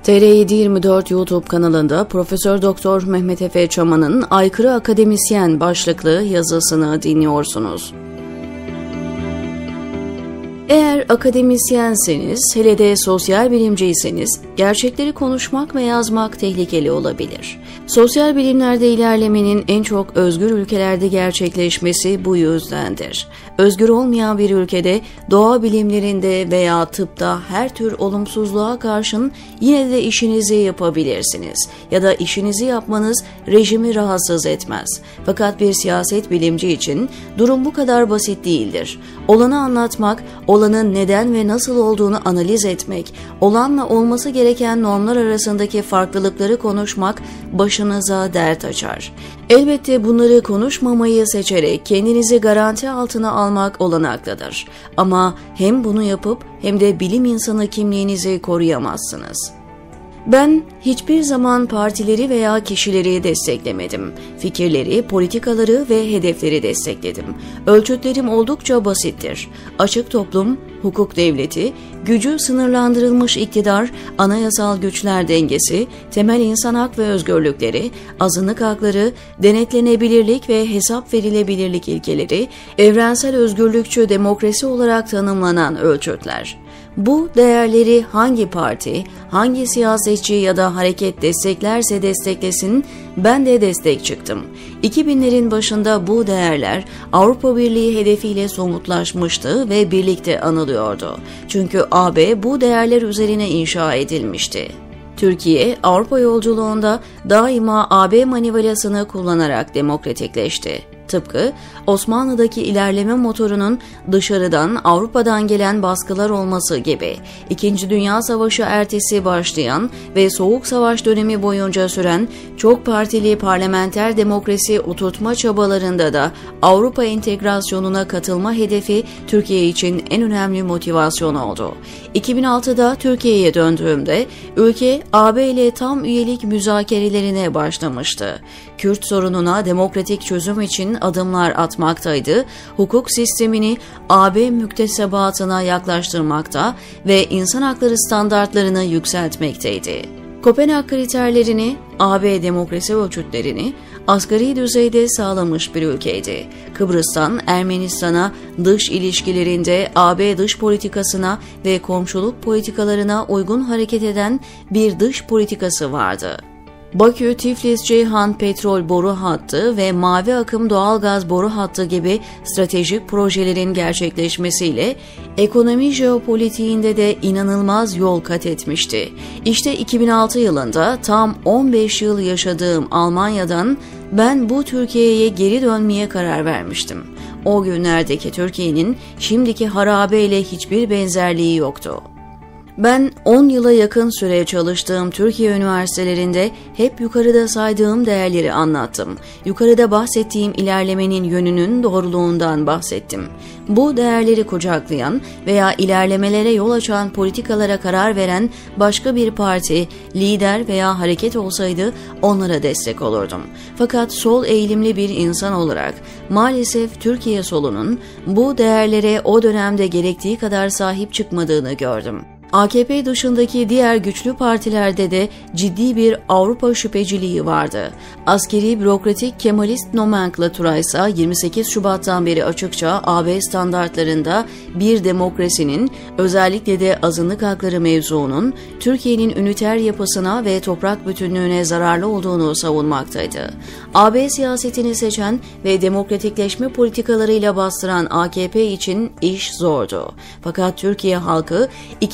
TR724 YouTube kanalında Profesör Doktor Mehmet Efe Çaman'ın Aykırı Akademisyen başlıklı yazısını dinliyorsunuz. Eğer akademisyenseniz, hele de sosyal bilimciyseniz, gerçekleri konuşmak ve yazmak tehlikeli olabilir. Sosyal bilimlerde ilerlemenin en çok özgür ülkelerde gerçekleşmesi bu yüzdendir. Özgür olmayan bir ülkede doğa bilimlerinde veya tıpta her tür olumsuzluğa karşın yine de işinizi yapabilirsiniz. Ya da işinizi yapmanız rejimi rahatsız etmez. Fakat bir siyaset bilimci için durum bu kadar basit değildir. Olanı anlatmak, olanın neden ve nasıl olduğunu analiz etmek, olanla olması gereken normlar arasındaki farklılıkları konuşmak başınıza dert açar. Elbette bunları konuşmamayı seçerek kendinizi garanti altına almak olanaklıdır. Ama hem bunu yapıp hem de bilim insanı kimliğinizi koruyamazsınız. Ben hiçbir zaman partileri veya kişileri desteklemedim. Fikirleri, politikaları ve hedefleri destekledim. Ölçütlerim oldukça basittir. Açık toplum, hukuk devleti, gücü sınırlandırılmış iktidar, anayasal güçler dengesi, temel insan hak ve özgürlükleri, azınlık hakları, denetlenebilirlik ve hesap verilebilirlik ilkeleri, evrensel özgürlükçü demokrasi olarak tanımlanan ölçütler. Bu değerleri hangi parti, hangi siyasetçi ya da hareket desteklerse desteklesin, ben de destek çıktım. 2000'lerin başında bu değerler Avrupa Birliği hedefiyle somutlaşmıştı ve birlikte anılıyordu. Çünkü AB bu değerler üzerine inşa edilmişti. Türkiye, Avrupa yolculuğunda daima AB manivelasını kullanarak demokratikleşti. Tıpkı Osmanlı'daki ilerleme motorunun dışarıdan, Avrupa'dan gelen baskılar olması gibi, İkinci Dünya Savaşı ertesi başlayan ve Soğuk Savaş dönemi boyunca süren çok partili parlamenter demokrasi oturtma çabalarında da Avrupa entegrasyonuna katılma hedefi Türkiye için en önemli motivasyon oldu. 2006'da Türkiye'ye döndüğümde ülke AB ile tam üyelik müzakerelerine başlamıştı. Kürt sorununa demokratik çözüm için adımlar atmaktaydı, hukuk sistemini AB müktesebatına yaklaştırmakta ve insan hakları standartlarını yükseltmekteydi. Kopenhag kriterlerini, AB demokrasi ölçütlerini asgari düzeyde sağlamış bir ülkeydi. Kıbrıs'tan Ermenistan'a dış ilişkilerinde AB dış politikasına ve komşuluk politikalarına uygun hareket eden bir dış politikası vardı. Bakü-Tiflis-Ceyhan petrol boru hattı ve Mavi Akım doğalgaz boru hattı gibi stratejik projelerin gerçekleşmesiyle ekonomi jeopolitiğinde de inanılmaz yol kat etmişti. İşte 2006 yılında tam 15 yıl yaşadığım Almanya'dan ben bu Türkiye'ye geri dönmeye karar vermiştim. O günlerdeki Türkiye'nin şimdiki harabeyle hiçbir benzerliği yoktu. Ben 10 yıla yakın süre çalıştığım Türkiye üniversitelerinde hep yukarıda saydığım değerleri anlattım. Yukarıda bahsettiğim ilerlemenin yönünün doğruluğundan bahsettim. Bu değerleri kucaklayan veya ilerlemelere yol açan politikalara karar veren başka bir parti, lider veya hareket olsaydı onlara destek olurdum. Fakat sol eğilimli bir insan olarak maalesef Türkiye solunun bu değerlere o dönemde gerektiği kadar sahip çıkmadığını gördüm. AKP dışındaki diğer güçlü partilerde de ciddi bir Avrupa şüpheciliği vardı. Askeri bürokratik Kemalist nomenklatura ise 28 Şubat'tan beri açıkça AB standartlarında bir demokrasinin, özellikle de azınlık hakları mevzuunun Türkiye'nin üniter yapısına ve toprak bütünlüğüne zararlı olduğunu savunmaktaydı. AB siyasetini seçen ve demokratikleşme politikalarıyla bastıran AKP için iş zordu. Fakat Türkiye halkı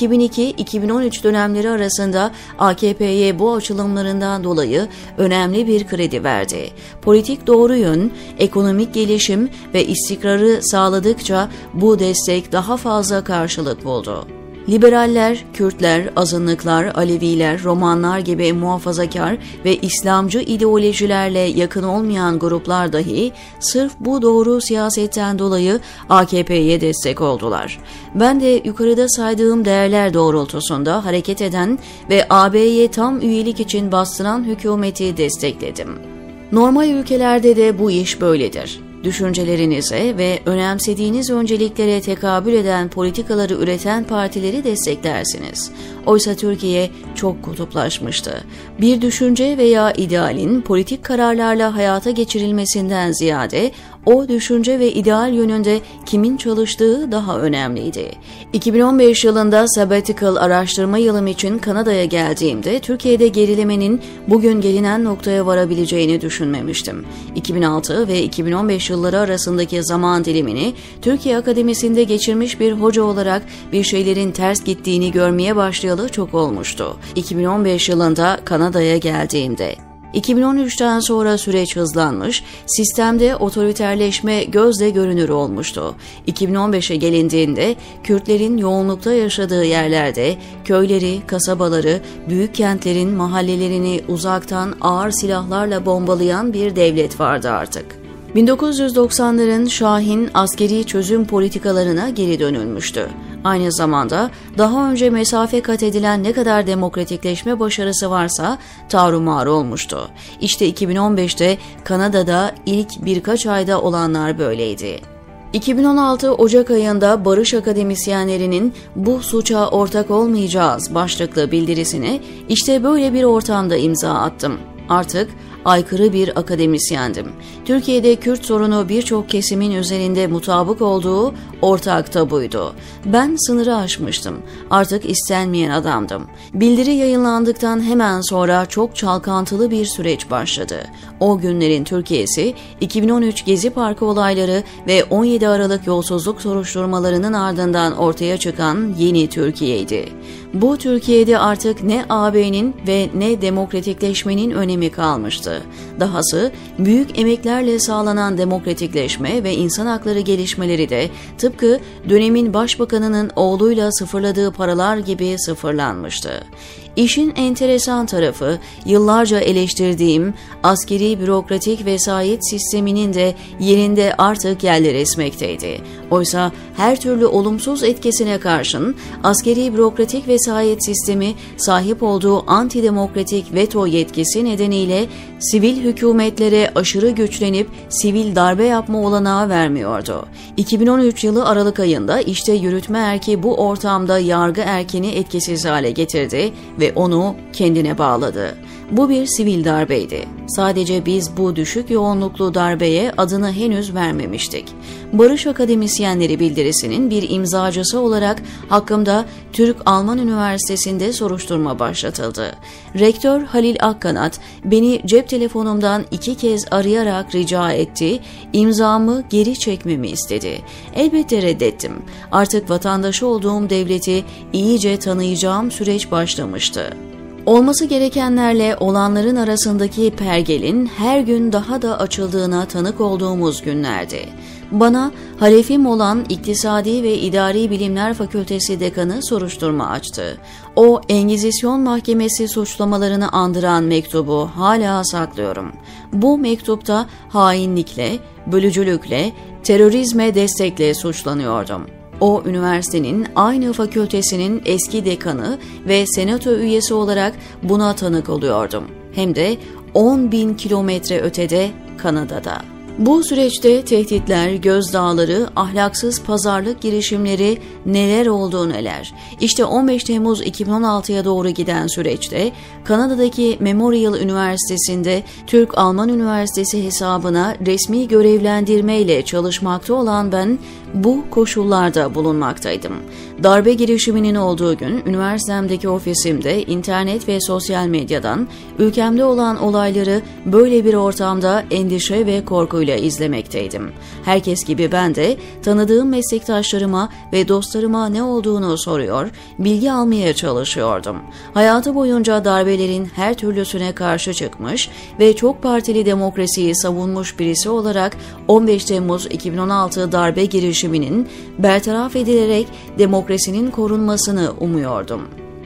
2002-2013 dönemleri arasında AKP'ye bu açılımlarından dolayı önemli bir kredi verdi. Politik doğru yön, ekonomik gelişim ve istikrarı sağladıkça bu destek daha fazla karşılık buldu. Liberaller, Kürtler, azınlıklar, Aleviler, Romanlar gibi muhafazakar ve İslamcı ideolojilerle yakın olmayan gruplar dahi sırf bu doğru siyasetten dolayı AKP'ye destek oldular. Ben de yukarıda saydığım değerler doğrultusunda hareket eden ve AB'ye tam üyelik için bastıran hükümeti destekledim. Normal ülkelerde de bu iş böyledir. düşüncelerinize ve önemsediğiniz önceliklere tekabül eden politikaları üreten partileri desteklersiniz. Oysa Türkiye çok kutuplaşmıştı. Bir düşünce veya idealin politik kararlarla hayata geçirilmesinden ziyade o düşünce ve ideal yönünde kimin çalıştığı daha önemliydi. 2015 yılında sabbatical araştırma yılım için Kanada'ya geldiğimde Türkiye'de gerilemenin bugün gelinen noktaya varabileceğini düşünmemiştim. 2006 ve 2015 yılları arasındaki zaman dilimini Türkiye Akademisi'nde geçirmiş bir hoca olarak bir şeylerin ters gittiğini görmeye başlayalı çok olmuştu. 2015 yılında Kanada'ya geldiğimde 2013'ten sonra süreç hızlanmış, sistemde otoriterleşme gözle görünür olmuştu. 2015'e gelindiğinde Kürtlerin yoğunlukta yaşadığı yerlerde köyleri, kasabaları, büyük kentlerin mahallelerini uzaktan ağır silahlarla bombalayan bir devlet vardı artık. 1990'ların şahin askeri çözüm politikalarına geri dönülmüştü. Aynı zamanda daha önce mesafe kat edilen ne kadar demokratikleşme başarısı varsa tarumar olmuştu. İşte 2015'te Kanada'da ilk birkaç ayda olanlar böyleydi. 2016 Ocak ayında barış akademisyenlerinin "Bu suça ortak olmayacağız" başlıklı bildirisine işte böyle bir ortamda imza attım. Artık aykırı bir akademisyendim. Türkiye'de Kürt sorunu birçok kesimin üzerinde mutabık olduğu ortak tabuydu. Ben sınırı aşmıştım. Artık istenmeyen adamdım. Bildiri yayınlandıktan hemen sonra çok çalkantılı bir süreç başladı. O günlerin Türkiye'si 2013 Gezi Parkı olayları ve 17 Aralık yolsuzluk soruşturmalarının ardından ortaya çıkan yeni Türkiye'ydi. Bu Türkiye'de artık ne AB'nin ve ne demokratikleşmenin önemi kalmıştı. Dahası büyük emeklerle sağlanan demokratikleşme ve insan hakları gelişmeleri de tıpkı dönemin başbakanının oğluyla sıfırladığı paralar gibi sıfırlanmıştı. İşin enteresan tarafı yıllarca eleştirdiğim askeri bürokratik vesayet sisteminin de yerinde artık yerler esmekteydi. Oysa her türlü olumsuz etkisine karşın askeri bürokratik vesayet sistemi sahip olduğu antidemokratik veto yetkisi nedeniyle sivil hükümetlere aşırı güçlenip sivil darbe yapma olanağı vermiyordu. 2013 yılı Aralık ayında işte yürütme erki bu ortamda yargı erkini etkisiz hale getirdi ve onu kendine bağladı. Bu bir sivil darbeydi. Sadece biz bu düşük yoğunluklu darbeye adını henüz vermemiştik. Barış Akademisyenleri bildirisinin bir imzacısı olarak hakkımda Türk-Alman Üniversitesi'nde soruşturma başlatıldı. Rektör Halil Akkanat beni cep telefonumdan 2 kez arayarak rica etti, imzamı geri çekmemi istedi. Elbette reddettim. Artık vatandaşı olduğum devleti iyice tanıyacağım süreç başlamıştı. Olması gerekenlerle olanların arasındaki pergelin her gün daha da açıldığına tanık olduğumuz günlerdi. Bana halefim olan İktisadi ve İdari Bilimler Fakültesi dekanı soruşturma açtı. O Engizisyon Mahkemesi suçlamalarını andıran mektubu hala saklıyorum. Bu mektupta hainlikle, bölücülükle, terörizme destekle suçlanıyordum. O üniversitenin aynı fakültesinin eski dekanı ve senato üyesi olarak buna tanık oluyordum. Hem de 10.000 kilometre ötede Kanada'da. Bu süreçte tehditler, gözdağları, ahlaksız pazarlık girişimleri neler oldu neler. İşte 15 Temmuz 2016'ya doğru giden süreçte Kanada'daki Memorial Üniversitesi'nde Türk-Alman Üniversitesi hesabına resmi görevlendirmeyle çalışmakta olan ben bu koşullarda bulunmaktaydım. Darbe girişiminin olduğu gün üniversitemdeki ofisimde internet ve sosyal medyadan ülkemde olan olayları böyle bir ortamda endişe ve korkuyla izlemekteydim. Herkes gibi ben de tanıdığım meslektaşlarıma ve dostlarıma ne olduğunu soruyor, bilgi almaya çalışıyordum. Hayatı boyunca darbelerin her türlüsüne karşı çıkmış ve çok partili demokrasiyi savunmuş birisi olarak 15 Temmuz 2016 darbe girişiminin bertaraf edilerek demokrasinin korunmasını umuyordum.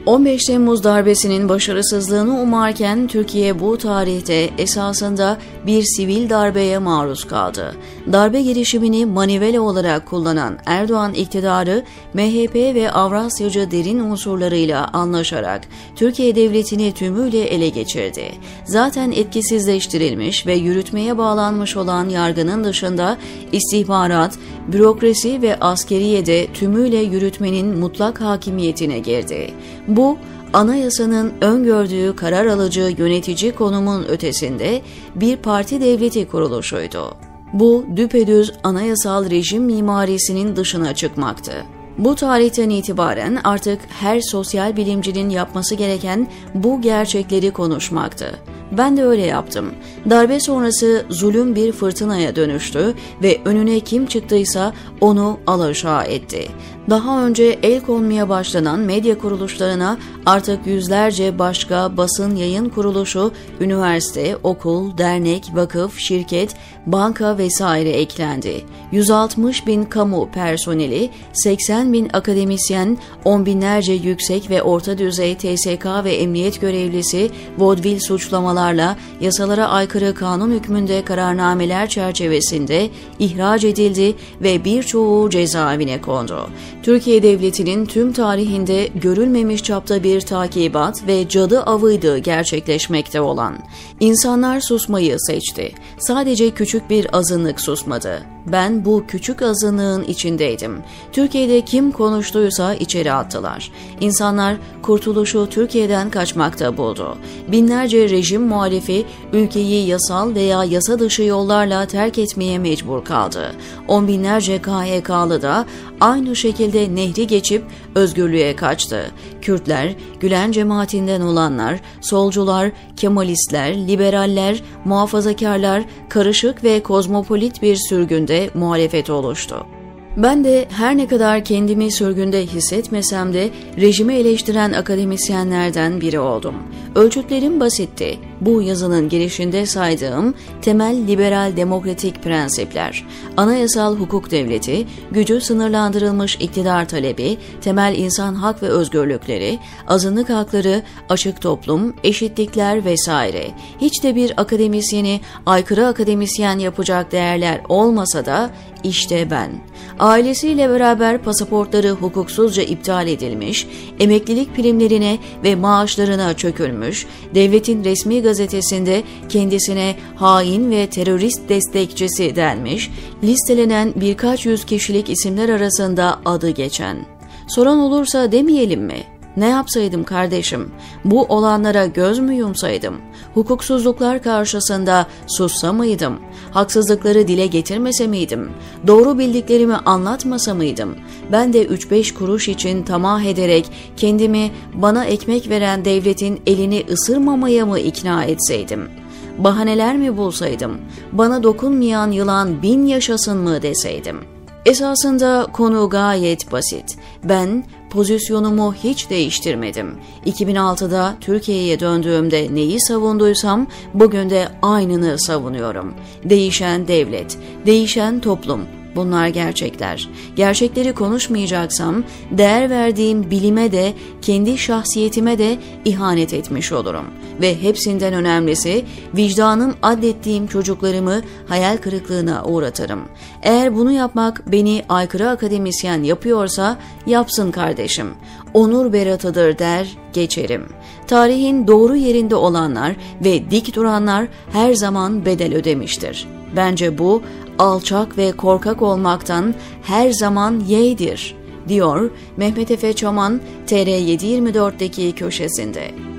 15 Temmuz darbesinin başarısızlığını umarken Türkiye bu tarihte esasında bir sivil darbeye maruz kaldı. Darbe girişimini manivela olarak kullanan Erdoğan iktidarı MHP ve Avrasyacı derin unsurlarıyla anlaşarak Türkiye devletini tümüyle ele geçirdi. Zaten etkisizleştirilmiş ve yürütmeye bağlanmış olan yargının dışında istihbarat, bürokrasi ve askeriye de tümüyle yürütmenin mutlak hakimiyetine girdi. Bu, anayasanın öngördüğü karar alıcı yönetici konumun ötesinde bir parti devleti kuruluşuydu. Bu, düpedüz anayasal rejim mimarisinin dışına çıkmaktı. Bu tarihten itibaren artık her sosyal bilimcinin yapması gereken bu gerçekleri konuşmaktı. Ben de öyle yaptım. Darbe sonrası zulüm bir fırtınaya dönüştü ve önüne kim çıktıysa onu alaşağı etti. Daha önce el konmaya başlanan medya kuruluşlarına artık yüzlerce başka basın yayın kuruluşu, üniversite, okul, dernek, vakıf, şirket, banka vesaire eklendi. 160 bin kamu personeli, 80 bin akademisyen, 10 binlerce yüksek ve orta düzey TSK ve emniyet görevlisi vodvil suçlamalarla yasalara aykırı kanun hükmünde kararnameler çerçevesinde ihraç edildi ve birçoğu cezaevine kondu. Türkiye Devleti'nin tüm tarihinde görülmemiş çapta bir takibat ve cadı avıydı gerçekleşmekte olan. İnsanlar susmayı seçti. Sadece küçük bir azınlık susmadı. Ben bu küçük azınlığın içindeydim. Türkiye'de kim konuştuysa içeri attılar. İnsanlar kurtuluşu Türkiye'den kaçmakta buldu. Binlerce rejim muhalifi ülkeyi yasal veya yasa dışı yollarla terk etmeye mecbur kaldı. On binlerce KHK'lı da aynı şekilde nehri geçip özgürlüğe kaçtı. Kürtler, Gülen cemaatinden olanlar, solcular, Kemalistler, liberaller, muhafazakarlar, karışık ve kozmopolit bir sürgünde muhalefet oluştu. Ben de her ne kadar kendimi sürgünde hissetmesem de rejimi eleştiren akademisyenlerden biri oldum. Ölçütlerim basitti. Bu yazının girişinde saydığım temel liberal demokratik prensipler, anayasal hukuk devleti, gücü sınırlandırılmış iktidar talebi, temel insan hak ve özgürlükleri, azınlık hakları, açık toplum, eşitlikler vesaire. Hiç de bir akademisyeni aykırı akademisyen yapacak değerler olmasa da işte ben. Ailesiyle beraber pasaportları hukuksuzca iptal edilmiş, emeklilik primlerine ve maaşlarına çökülmüş, devletin resmi gazetesinde kendisine hain ve terörist destekçisi denmiş, listelenen birkaç yüz kişilik isimler arasında adı geçen. Soran olursa demeyelim mi? Ne yapsaydım kardeşim? Bu olanlara göz mü yumsaydım? Hukuksuzluklar karşısında sussa mıydım? Haksızlıkları dile getirmese miydim? Doğru bildiklerimi anlatmasa mıydım? Ben de 3-5 kuruş için tamah ederek kendimi bana ekmek veren devletin elini ısırmamaya mı ikna etseydim? Bahaneler mi bulsaydım? Bana dokunmayan yılan 1000 yaşasın mı deseydim? Esasında konu gayet basit. Ben pozisyonumu hiç değiştirmedim. 2006'da Türkiye'ye döndüğümde neyi savunduysam bugün de aynını savunuyorum. Değişen devlet, değişen toplum. Bunlar gerçekler. Gerçekleri konuşmayacaksam değer verdiğim bilime de kendi şahsiyetime de ihanet etmiş olurum. Ve hepsinden önemlisi vicdanım adettiğim çocuklarımı hayal kırıklığına uğratırım. Eğer bunu yapmak beni aykırı akademisyen yapıyorsa yapsın kardeşim. Onur beratıdır der geçerim. Tarihin doğru yerinde olanlar ve dik duranlar her zaman bedel ödemiştir. Bence bu alçak ve korkak olmaktan her zaman yeğdir, diyor Mehmet Efe Çoman TR724'deki köşesinde.